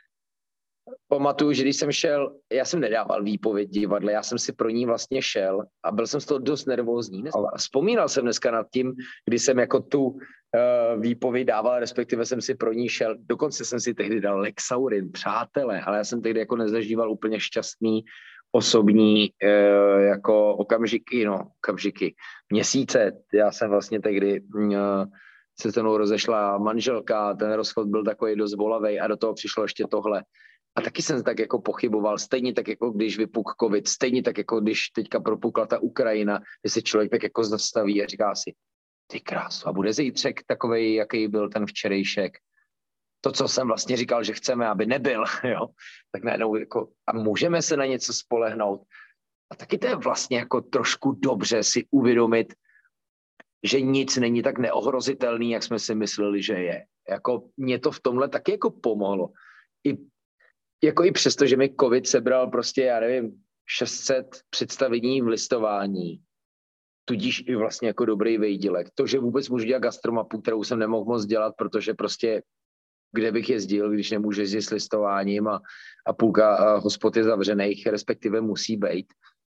A: pamatuju, že když jsem šel, já jsem nedával výpověď divadle, já jsem si pro ní vlastně šel a byl jsem z toho dost nervózní. A vzpomínal jsem dneska nad tím, kdy jsem jako tu výpověď dával, respektive jsem si pro ní šel. Dokonce jsem si tehdy dal Lexaurin, přátelé, ale já jsem tehdy jako nezažíval úplně šťastný osobní jako okamžiky, měsíce. Já jsem vlastně tehdy se se mnou rozešla manželka, ten rozchod byl takový dost bolavej a do toho přišlo ještě tohle. A taky jsem tak jako pochyboval, stejně tak jako když vypukl covid, stejně tak jako když teďka propukla ta Ukrajina, kde se člověk tak jako zastaví a říká si, ty krásu, a bude zítřek takovej, jaký byl ten včerejšek. To, co jsem vlastně říkal, že chceme, aby nebyl, jo, tak najednou jako, a můžeme se na něco spolehnout. A taky to je vlastně jako trošku dobře si uvědomit, že nic není tak neohrozitelný, jak jsme si mysleli, že je. Jako mě to v tomhle taky jako pomohlo. I přesto, že mi covid sebral prostě, já nevím, 600 představení v listování, tudíž i vlastně jako dobrý výdělek. To, že vůbec můžu dělat gastromapu, kterou jsem nemohl moc dělat, protože prostě kde bych jezdil, když nemůžu jezdit s listováním a půlka hospod je zavřených, respektive musí být,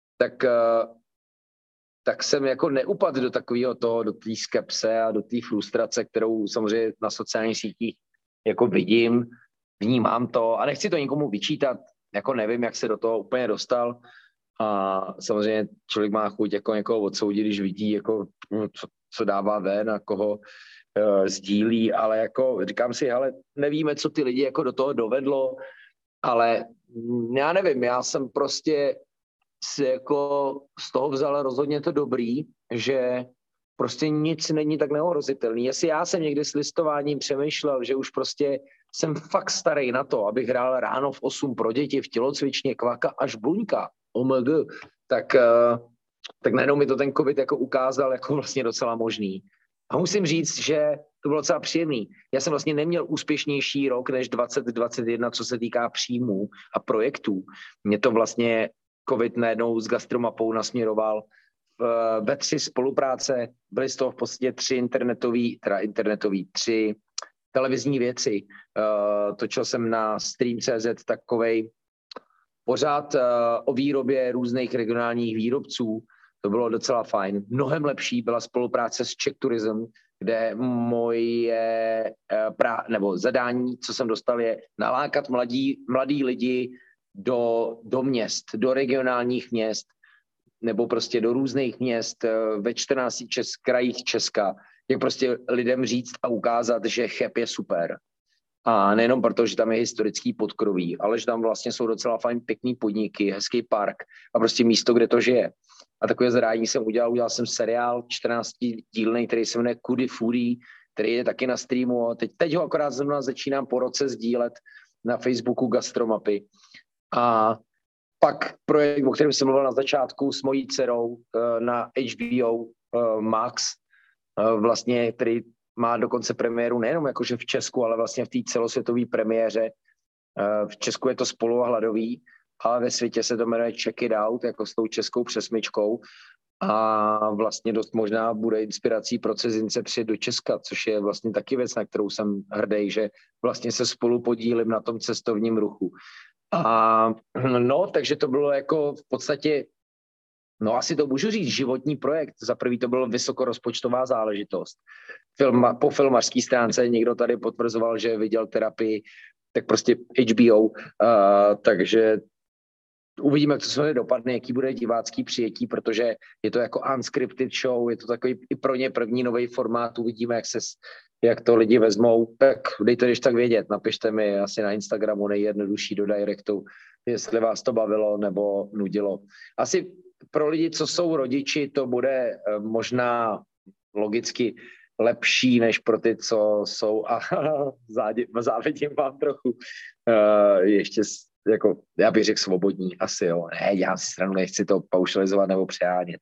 A: tak jsem jako neupadl do takového toho, do té skepse a do té frustrace, kterou samozřejmě na sociálních sítích jako vidím, vnímám to a nechci to nikomu vyčítat, jako nevím, jak se do toho úplně dostal a samozřejmě člověk má chuť jako někoho odsoudit, když vidí, jako, co dává ven a koho sdílí, ale jako říkám si, ale nevíme, co ty lidi jako do toho dovedlo, ale já nevím, já jsem prostě si jako z toho vzal rozhodně to dobrý, že prostě nic není tak neohrozitelný. Jestli já jsem někdy s listováním přemýšlel, že už prostě jsem fakt starý na to, abych hrál ráno v 8 pro děti v tělocvičně Kvaka až Buňka, OMG, tak najednou mi to ten covid jako ukázal jako vlastně docela možný. A musím říct, že to bylo docela příjemný. Já jsem vlastně neměl úspěšnější rok než 2021, co se týká příjmů a projektů. Mě to vlastně covid najednou s gastromapou nasměroval ve 3 spolupráce. Byly z toho v podstatě 3 televizní věci. Točil jsem na Stream.cz takovej pořád o výrobě různých regionálních výrobců. To bylo docela fajn. Mnohem lepší byla spolupráce s Czech Tourism, kde moje zadání, co jsem dostal, je nalákat mladý lidi do měst, do regionálních měst, nebo prostě do různých měst ve 14 krajích Česka, jak prostě lidem říct a ukázat, že Cheb je super. A nejenom proto, že tam je historický podkroví, ale že tam vlastně jsou docela fajn pěkný podniky, hezký park a prostě místo, kde to žije. A takové zadání jsem udělal jsem seriál 14dílný, který se jmenuje Kudy Foodie, který je taky na streamu a teď ho akorát zrovna začínám po roce sdílet na Facebooku Gastromapy. A pak projekt, o kterém jsem mluvil na začátku s mojí dcerou na HBO Max, vlastně, který má dokonce premiéru nejenom jakože v Česku, ale vlastně v té celosvětové premiéře. V Česku je to Spolu a hladový, ale ve světě se to jmenuje Check It Out, jako s tou českou přesmyčkou. A vlastně dost možná bude inspirací pro cizince přijet do Česka, což je vlastně taky věc, na kterou jsem hrdý, že vlastně se spolu podílím na tom cestovním ruchu. A no, takže to bylo jako v podstatě, no asi to můžu říct, životní projekt. Za prvý to bylo vysokorozpočtová záležitost. Po filmařské stránce někdo tady potvrzoval, že viděl terapii, tak prostě HBO, takže uvidíme, jak to se dopadne, jaký bude divácký přijetí, protože je to jako unscripted show, je to takový i pro ně první nový formát, uvidíme, jak to lidi vezmou, tak dejte když tak vědět, napište mi asi na Instagramu nejjednodušší do directu, jestli vás to bavilo nebo nudilo. Asi pro lidi, co jsou rodiči, to bude možná logicky lepší, než pro ty, co jsou a závidím vám trochu ještě jako, já bych řekl svobodní, asi jo, ne, já si stranu nechci to paušalizovat nebo přehánět.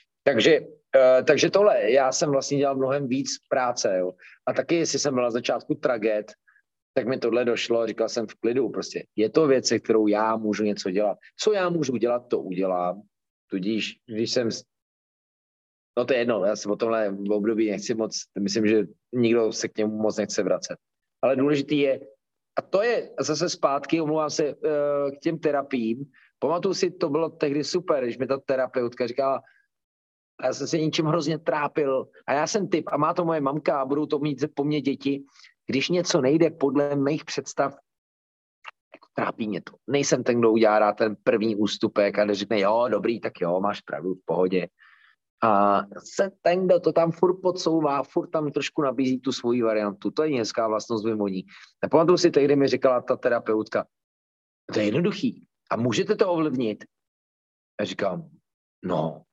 A: Takže tohle, já jsem vlastně dělal mnohem víc práce, jo. A taky, jestli jsem byl na začátku tragéd, tak mi tohle došlo, říkal jsem v klidu, prostě je to věc, se kterou já můžu něco dělat. Co já můžu dělat, to udělám. Tudíž, když jsem, no to je jedno, já si o tomhle období nechci moc, myslím, že nikdo se k němu moc nechce vracet. Ale důležitý je, a to je zase zpátky, omlouvám se k těm terapiím. Pamatuju si, to bylo tehdy super, když mi ta terapeutka říkala, a já jsem se ničím hrozně trápil a já jsem typ a má to moje mamka a budou to mít po mně děti. Když něco nejde podle mých představ, jako trápí mě to. Nejsem ten, kdo udělá ten první ústupek a řekne, jo, dobrý, tak jo, máš pravdu, v pohodě. A se ten, kdo to tam furt podsouvá, furt tam trošku nabízí tu svoji variantu. To je hezká vlastnost vymoní. Nepamatuju si tehdy, mi říkala ta terapeutka, to je jednoduchý a můžete to ovlivnit. A říkám, no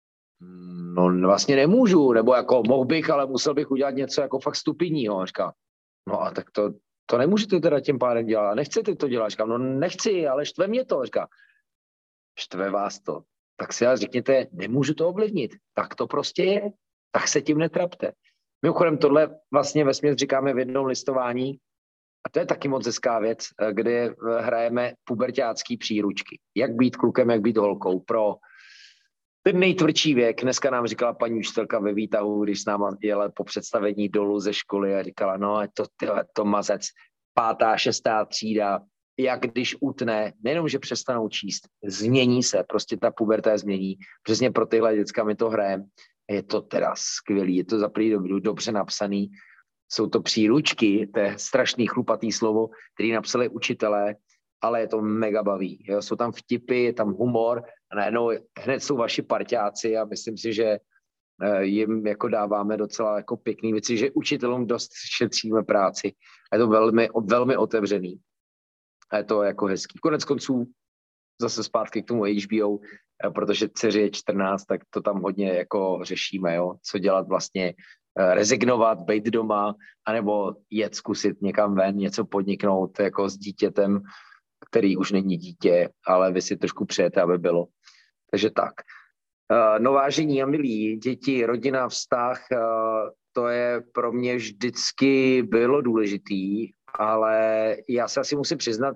A: vlastně nemůžu, nebo jako mohl bych, ale musel bych udělat něco jako fakt stupidního. A říkám, no a tak to nemůžete teda tím pádem dělat, nechcete to dělat. Říkám, no nechci, ale štve mě to. Říkám, štve vás to. Tak si ale řekněte, nemůžu to ovlivnit. Tak to prostě je. Tak se tím netrapte. Mimochodem tohle vlastně vesměs říkáme v jednom listování a to je taky moc hezká věc, kde hrajeme puberťácký příručky. Jak být klukem, jak být holkou pro ten nejtvrdší věk. Dneska nám říkala paní učitelka ve výtahu, když s náma jela po představení dolů ze školy a říkala, no to mazec, 5., 6. třída, jak když utne, nejenom, že přestanou číst, změní se, prostě ta puberta je změní. Přesně pro tyhle děcka my to hrajeme. Je to teda skvělý, je to za první dobře napsaný. Jsou to příručky, to je strašný chlupatý slovo, který napsali učitelé, ale je to mega baví. Jo? Jsou tam vtipy, je tam humor a najednou hned jsou vaši parťáci a myslím si, že jim jako dáváme docela jako pěkný věci, že učitelům dost šetříme práci. A je to velmi, velmi otevřený. A je to jako hezký. Konec konců zase zpátky k tomu HBO, protože dceři je 14, tak to tam hodně jako řešíme, jo? Co dělat vlastně, rezignovat, být doma, anebo jet zkusit někam ven, něco podniknout jako s dítětem, který už není dítě, ale vy si trošku přejete, aby bylo. Takže tak. No vážení a milí, děti, rodina, vztah, to je pro mě vždycky bylo důležitý, ale já se asi musím přiznat,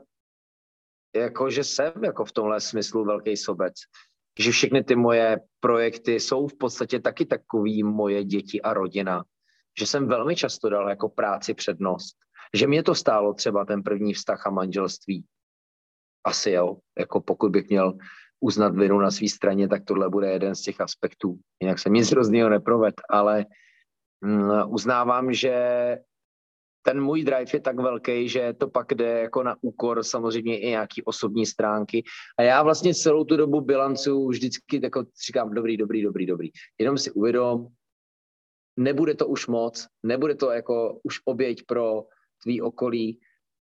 A: jako, že jsem jako v tomhle smyslu velký sobec. Že všechny ty moje projekty jsou v podstatě taky takový moje děti a rodina. Že jsem velmi často dal jako práci přednost. Že mě to stálo třeba ten první vztah a manželství. Asi jo, jako pokud bych měl uznat vinu na své straně, tak tohle bude jeden z těch aspektů. Jinak jsem nic hroznýho neproved, ale uznávám, že ten můj drive je tak velký, že to pak jde jako na úkor samozřejmě i nějaký osobní stránky. A já vlastně celou tu dobu bilancu vždycky jako říkám dobrý. Jenom si uvědom, nebude to už moc, nebude to jako už oběť pro tvý okolí.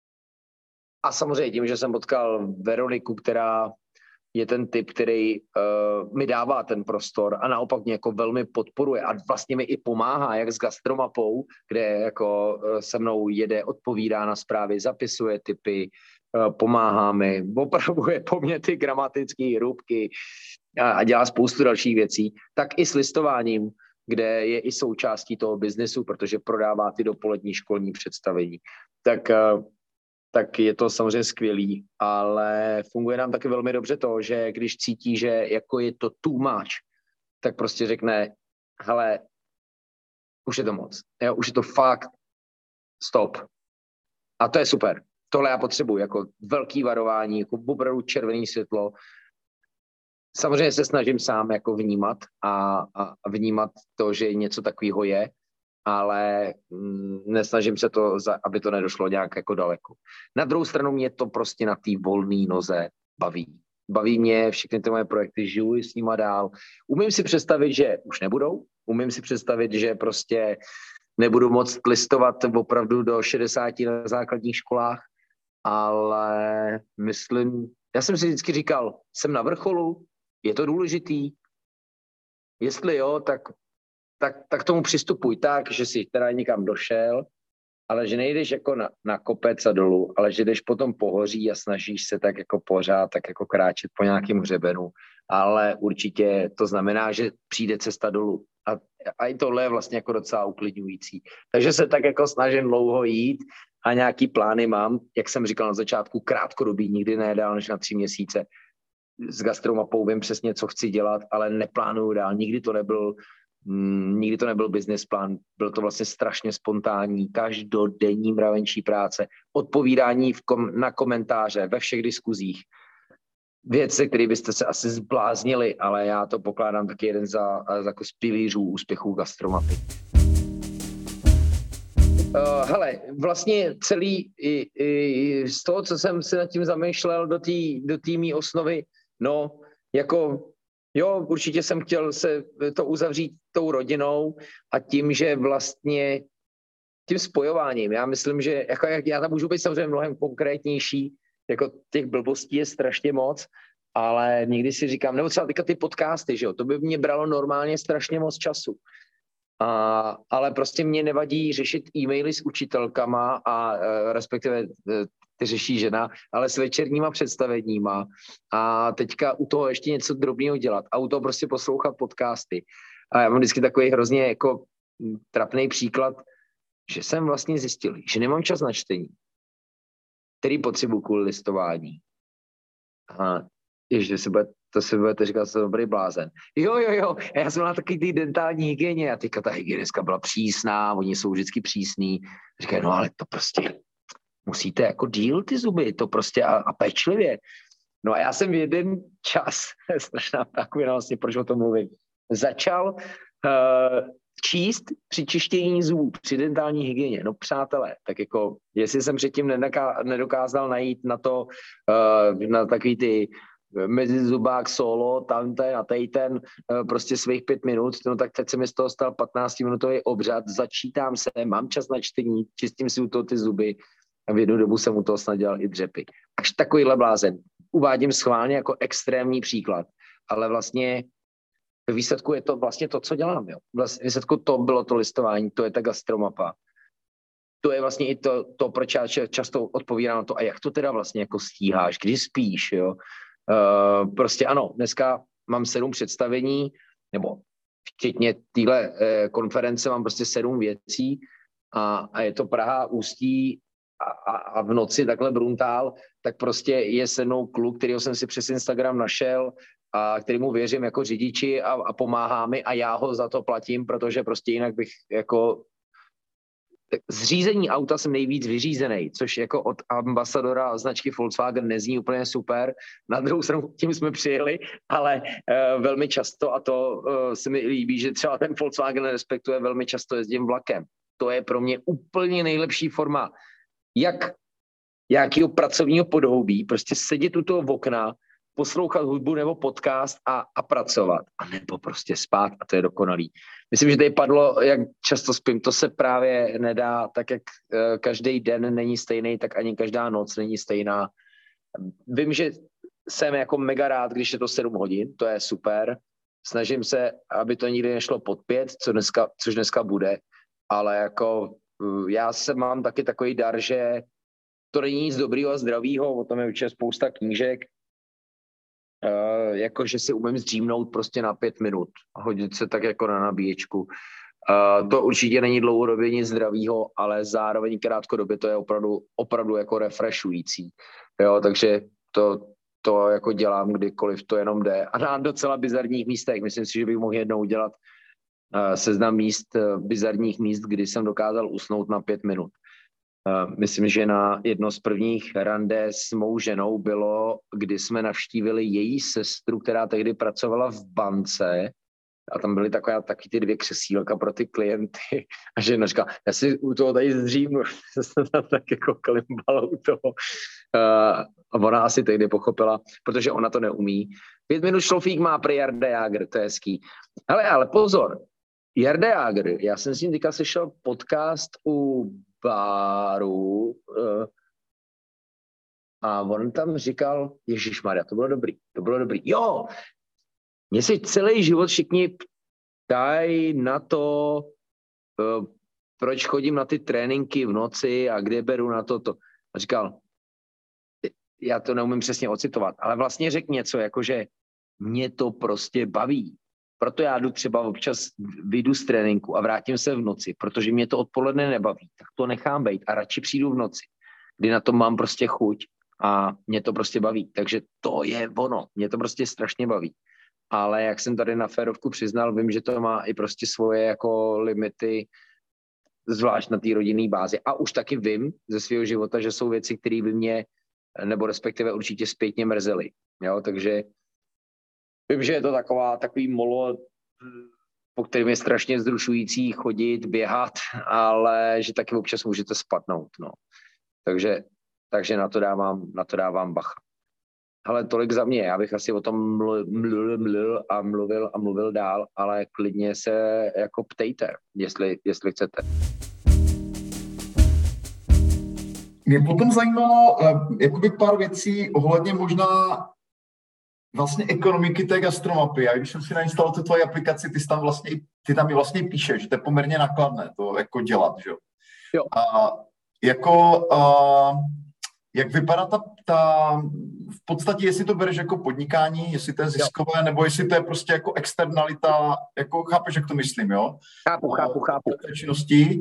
A: A samozřejmě tím, že jsem potkal Veroniku, která je ten typ, který mi dává ten prostor a naopak mě jako velmi podporuje a vlastně mi i pomáhá, jak s gastromapou, kde jako se mnou jede, odpovídá na zprávy, zapisuje tipy, pomáhá mi, opravuje po mně ty gramatické hrůbky a dělá spoustu dalších věcí, tak i s listováním, kde je i součástí toho biznesu, protože prodává ty dopolední školní představení. Tak je to samozřejmě skvělý, ale funguje nám taky velmi dobře to, že když cítí, že jako je to too much, tak prostě řekne, hele, už je to moc, jo, už je to fakt stop. A to je super. Tohle já potřebuji, jako velký varování, jako opravdu červený světlo. Samozřejmě se snažím sám jako vnímat a vnímat to, že něco takového je, ale nesnažím se to, aby to nedošlo nějak jako daleko. Na druhou stranu mě to prostě na té volné noze baví. Baví mě všechny ty moje projekty, žiju s nima dál. Umím si představit, že už nebudou. Umím si představit, že prostě nebudu moct listovat opravdu do 60 na základních školách, ale já jsem si vždycky říkal, jsem na vrcholu, je to důležitý. Jestli jo, tak tomu přistupuj tak, že jsi teda někam došel, ale že nejdeš jako na kopec a dolů, ale že jdeš potom pohoří a snažíš se tak jako pořád, tak jako kráčet po nějakém hřebenu, ale určitě to znamená, že přijde cesta dolů. A i tohle je vlastně jako docela uklidňující. Takže se tak jako snažím dlouho jít a nějaký plány mám, jak jsem říkal na začátku, krátkodobý, nikdy ne dál než na 3 měsíce. S gastromapou vím přesně, co chci dělat, ale neplánuju dál. Nikdy to nebyl business plán, byl to vlastně strašně spontánní, každodenní mravenčí práce, odpovídání na komentáře ve všech diskuzích. Věci, které byste se asi zbláznili, ale já to pokládám taky jeden za jako z pilířů úspěchů gastromapy. Hele, vlastně celý z toho, co jsem si nad tím zamýšlel do té mý osnovy, no, jako jo, určitě jsem chtěl se to uzavřít tou rodinou a tím, že vlastně tím spojováním. Já myslím, že jako já tam můžu být samozřejmě mnohem konkrétnější, jako těch blbostí je strašně moc, ale někdy si říkám, nebo třeba teďka ty podcasty, že jo, to by mě bralo normálně strašně moc času. Ale prostě mě nevadí řešit e-maily s učitelkama a respektive ty řeší žena, ale s večerníma představeníma a teďka u toho ještě něco drobného dělat a u toho prostě poslouchat podcasty. A já mám vždycky takový hrozně jako trapný příklad, že jsem vlastně zjistil, že nemám čas na čtení, který potřebuji kvůli listování. A ježiš, to si budete říkat, že jsem dobrý blázen. Jo, já jsem na takový ty dentální hygieně a teďka ta hygienická byla přísná, oni jsou vždycky přísný. Říkají, no ale to prostě musíte jako díl ty zuby, to prostě a pečlivě. No a já jsem jeden čas, strašná taková vlastně, proč o tom mluvím, začal číst při čištění zubů, při dentální hygieně. No přátelé, tak jako, jestli jsem předtím nedokázal najít na to, na takový ty mezizubák solo, tamten a tejten, prostě svých 5 minut, no tak teď se mi z toho stal 15-minutový obřad, začítám se, mám čas na čtení, čistím si u toho ty zuby a v jednu dobu jsem u toho snad dělal i dřepy. Až takovýhle blázen. Uvádím schválně jako extrémní příklad, ale vlastně ve výsledku je to vlastně to, co dělám. Jo. Vlastně výsledku to bylo to listování, to je ta gastromapa. To je vlastně i to proč já často odpovídám na to, a jak to teda vlastně jako stíháš, když spíš, jo. Prostě ano, dneska mám 7 představení, nebo včetně téhle konference mám prostě 7 věcí a je to Praha, Ústí a v noci takhle Bruntál, tak prostě je se mnou kluk, kterýho jsem si přes Instagram našel a kterému věřím jako řidiči a pomáhá mi a já ho za to platím, protože prostě jinak bych jako z řízení auta jsem nejvíc vyřízený, což jako od ambasadora značky Volkswagen nezní úplně super. Na druhou stranu tím jsme přijeli, ale velmi často, a to se mi líbí, že třeba ten Volkswagen respektuje, velmi často jezdím vlakem. to je pro mě úplně nejlepší forma, jak nějakého pracovního podhoubí, prostě sedět u toho okna, poslouchat hudbu nebo podcast a pracovat. A nebo prostě spát a to je dokonalý. Myslím, že tady padlo, jak často spím, to se právě nedá, tak jak každý den není stejný, tak ani každá noc není stejná. Vím, že jsem jako mega rád, když je to 7 hodin, to je super. Snažím se, aby to nikdy nešlo pod 5, což dneska bude, ale jako já mám taky takový dar, že to není nic dobrýho a zdravýho, o tom je určitě spousta knížek, jakože si umím zdřímnout prostě na 5 minut, hodit se tak jako na nabíječku. To určitě není dlouhodobě nic zdravýho, ale zároveň krátkodobě to je opravdu jako refreshující. Jo, takže to jako dělám kdykoliv to jenom jde. A na docela bizarních místech. Myslím si, že bych mohl jednou udělat seznam bizarních míst, kdy jsem dokázal usnout na 5 minut. Myslím, že na jedno z prvních rande s mou ženou bylo, kdy jsme navštívili její sestru, která tehdy pracovala v bance a tam byly taky ty 2 křesílka pro ty klienty a žena říká, já si u toho tady zdřímnu, jsem tam tak jako klimbala u toho. A ona asi tehdy pochopila, protože ona to neumí. 5 minut šlofík má prý Jarda Jágr, to je hezký. Ale pozor, Jarda Jágr, já jsem s ním teďka slyšel podcast u baru a on tam říkal, ježišmarja, to bylo dobrý. Jo, mě si celý život všichni ptají na to, proč chodím na ty tréninky v noci a kde beru na to. A říkal, já to neumím přesně ocitovat, ale vlastně řekl něco, jakože mě to prostě baví. Proto já jdu třeba občas, vyjdu z tréninku a vrátím se v noci, protože mě to odpoledne nebaví, tak to nechám bejt a radši přijdu v noci, kdy na to mám prostě chuť a mě to prostě baví. Takže to je ono, mě to prostě strašně baví. Ale jak jsem tady na férovku přiznal, vím, že to má i prostě svoje jako limity, zvlášť na té rodinné bázi. A už taky vím ze svého života, že jsou věci, které by mě, nebo respektive určitě zpětně mrzely. Jo, takže vím, že je to takový molo, po kterém je strašně vzrušující chodit, běhat, ale že taky občas můžete spadnout. No. Takže na to dávám bacha. Hele, tolik za mě, já bych asi o tom mluvil dál, ale klidně se jako ptejte, jestli chcete.
B: Mě potom zajímalo jakoby pár věcí ohledně možná vlastně ekonomiky té gastromapy. Já když jsem si nainstaloval tu tvoji aplikaci, ty tam vlastně píšeš, že to je poměrně nákladné to jako dělat, že jo?
A: Jo.
B: A jak vypadá v podstatě, jestli to bereš jako podnikání, jestli to je ziskové, nebo jestli to je prostě jako externalita, jako chápeš, jak to myslím, jo?
A: Chápu.
B: Té činnosti.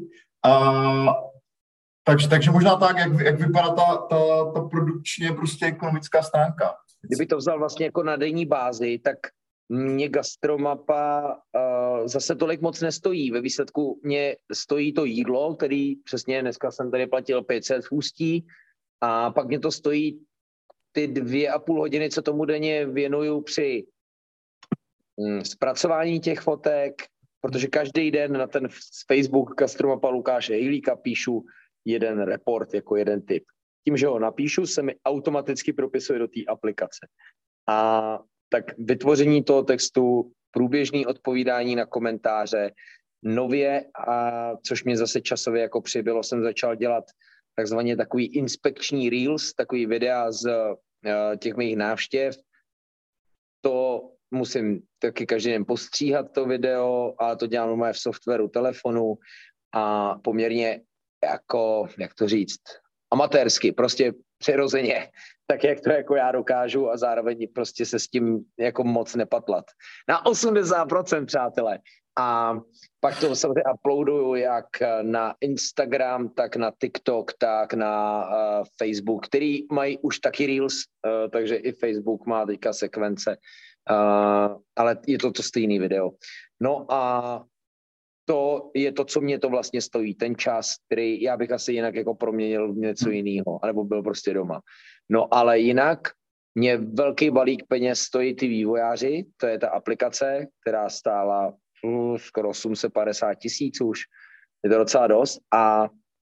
B: Takže možná tak, jak vypadá ta produkčně prostě ekonomická stránka.
A: Kdyby to vzal vlastně jako na denní bázi, tak mě gastromapa zase tolik moc nestojí. Ve výsledku mě stojí to jídlo, který přesně dneska jsem tady platil 500 v Ústí, a pak mě to stojí ty 2,5 hodiny, co tomu denně věnuju při zpracování těch fotek, protože každý den na ten Facebook gastromapa Lukáše Hejlíka píšu jeden report jako jeden tip. Tím, že ho napíšu, se mi automaticky propisuje do té aplikace. A tak vytvoření toho textu, průběžný odpovídání na komentáře, nově, což mě zase časově jako přibylo, jsem začal dělat takzvaně takový inspekční reels, takový videa z těch mých návštěv. To musím taky každý den postříhat to video a to dělám normálně v softwaru telefonu a poměrně jako, jak to říct, amatérsky, prostě přirozeně, tak jak to jako já dokážu a zároveň prostě se s tím jako moc nepatlat. Na 80%, přátelé. A pak to samozřejmě uploaduju jak na Instagram, tak na TikTok, tak na Facebook, který mají už taky Reels, takže i Facebook má teďka sekvence, ale je to stejný video. No a to je to, co mě to vlastně stojí, ten čas, který já bych asi jinak jako proměnil v něco jiného, anebo byl prostě doma. No ale jinak mě velký balík peněz stojí ty vývojáři, to je ta aplikace, která stála skoro 850 000 už. je to docela dost. A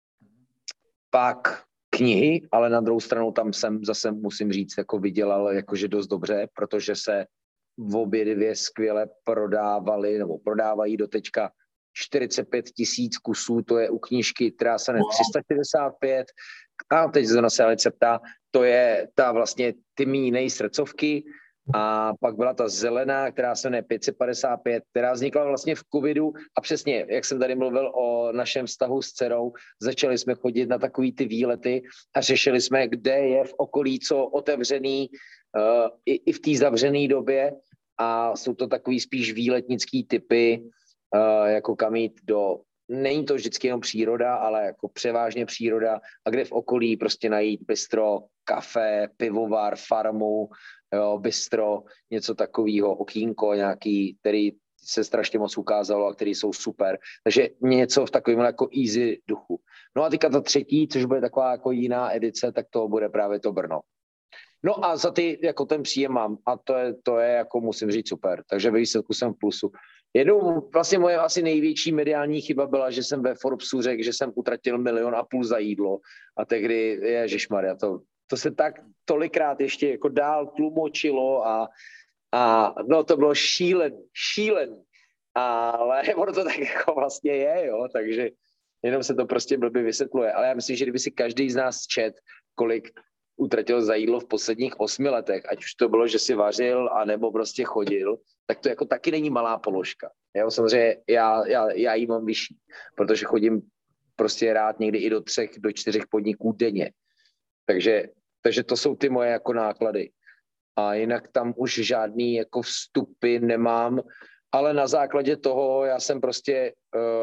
A: pak knihy, ale na druhou stranu tam jsem zase, musím říct, jako vydělal jakože dost dobře, protože se v obě dvě skvěle prodávali, nebo prodávají do teďka 45 000 kusů, to je u knížky, která se jmenuje 365, a teď se zase Alice ptá, to je ta vlastně ty mý srdcovky, a pak byla ta zelená, která se jmenuje 555, která vznikla vlastně v covidu a přesně, jak jsem tady mluvil o našem vztahu s dcerou, začali jsme chodit na takový ty výlety a řešili jsme, kde je v okolí co otevřený i v té zavřené době, a jsou to takový spíš výletnický typy, jako kam jít není to vždycky jenom příroda, ale jako převážně příroda, a kde v okolí prostě najít bistro, kafe, pivovar, farmu, jo, bistro, něco takového, okýnko nějaký, který se strašně moc ukázalo a který jsou super. Takže něco v takovém jako easy duchu. No a teďka ta třetí, což bude taková jako jiná edice, tak to bude právě to Brno. No a za ty jako ten příjem mám a to je jako musím říct super. Takže ve výsledku jsem v plusu. Jednou vlastně moje asi největší mediální chyba byla, že jsem ve Forbesu řekl, že jsem utratil 1,5 milionu za jídlo a tehdy, ježišmarja, to se tak tolikrát ještě jako dál tlumočilo a no to bylo šílený, ale ono to tak jako vlastně je, jo, takže jenom se to prostě blbě vysvětluje, ale já myslím, že kdyby si každý z nás čet, kolik utratil za jídlo v posledních 8 letech, ať už to bylo, že si vařil, anebo prostě chodil, tak to jako taky není malá položka. Jo, samozřejmě já jí mám vyšší, protože chodím prostě rád někdy i do 3, do 4 podniků denně. Takže to jsou ty moje jako náklady. A jinak tam už žádný jako vstupy nemám, ale na základě toho já jsem prostě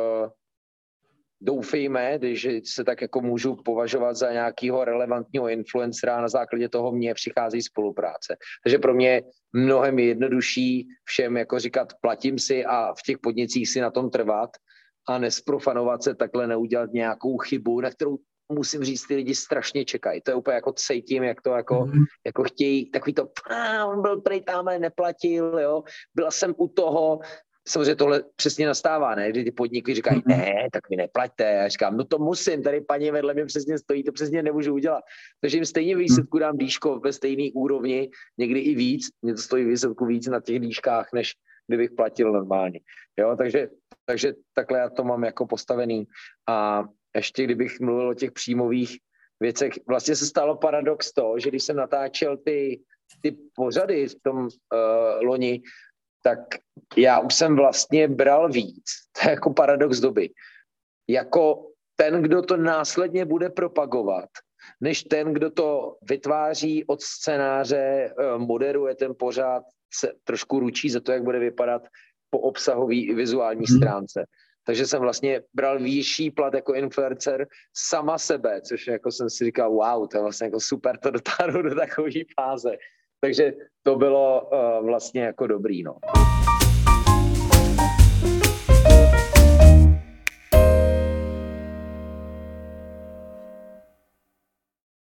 A: doufejme, když se tak jako můžu považovat za nějakého relevantního influencera, na základě toho mně přichází spolupráce. Takže pro mě je mnohem jednodušší všem jako říkat platím si a v těch podnicích si na tom trvat a nesprofanovat se takhle, neudělat nějakou chybu, na kterou musím říct, ty lidi strašně čekají. To je úplně jako cítím, jak to jako chtějí, takový to, on byl prej tamhle, neplatil, jo, byla jsem u toho. Samozřejmě tohle přesně nastává, ne? Kdy ty podniky říkají, ne, tak mi neplaťte. Já říkám, no to musím, tady paní vedle mě přesně stojí, to přesně nemůžu udělat. Takže jim stejně výsledku dám dýško ve stejné úrovni, někdy i víc. Mě to stojí výsledku víc na těch dýškách, než kdybych platil normálně. Jo, takže takhle já to mám jako postavený. A ještě kdybych mluvil o těch příjmových věcech, vlastně se stalo paradox to, že když jsem natáčel ty pořady v tom loni, tak já už jsem vlastně bral víc. To je jako paradox doby. Jako ten, kdo to následně bude propagovat, než ten, kdo to vytváří od scénáře, moderuje ten pořád, se trošku ručí za to, jak bude vypadat po obsahové i vizuální stránce. Takže jsem vlastně bral vyšší plat jako influencer sama sebe, což jako jsem si říkal, wow, to je vlastně jako super to dotáhnout do takové fáze. Takže to bylo vlastně jako dobrý, no.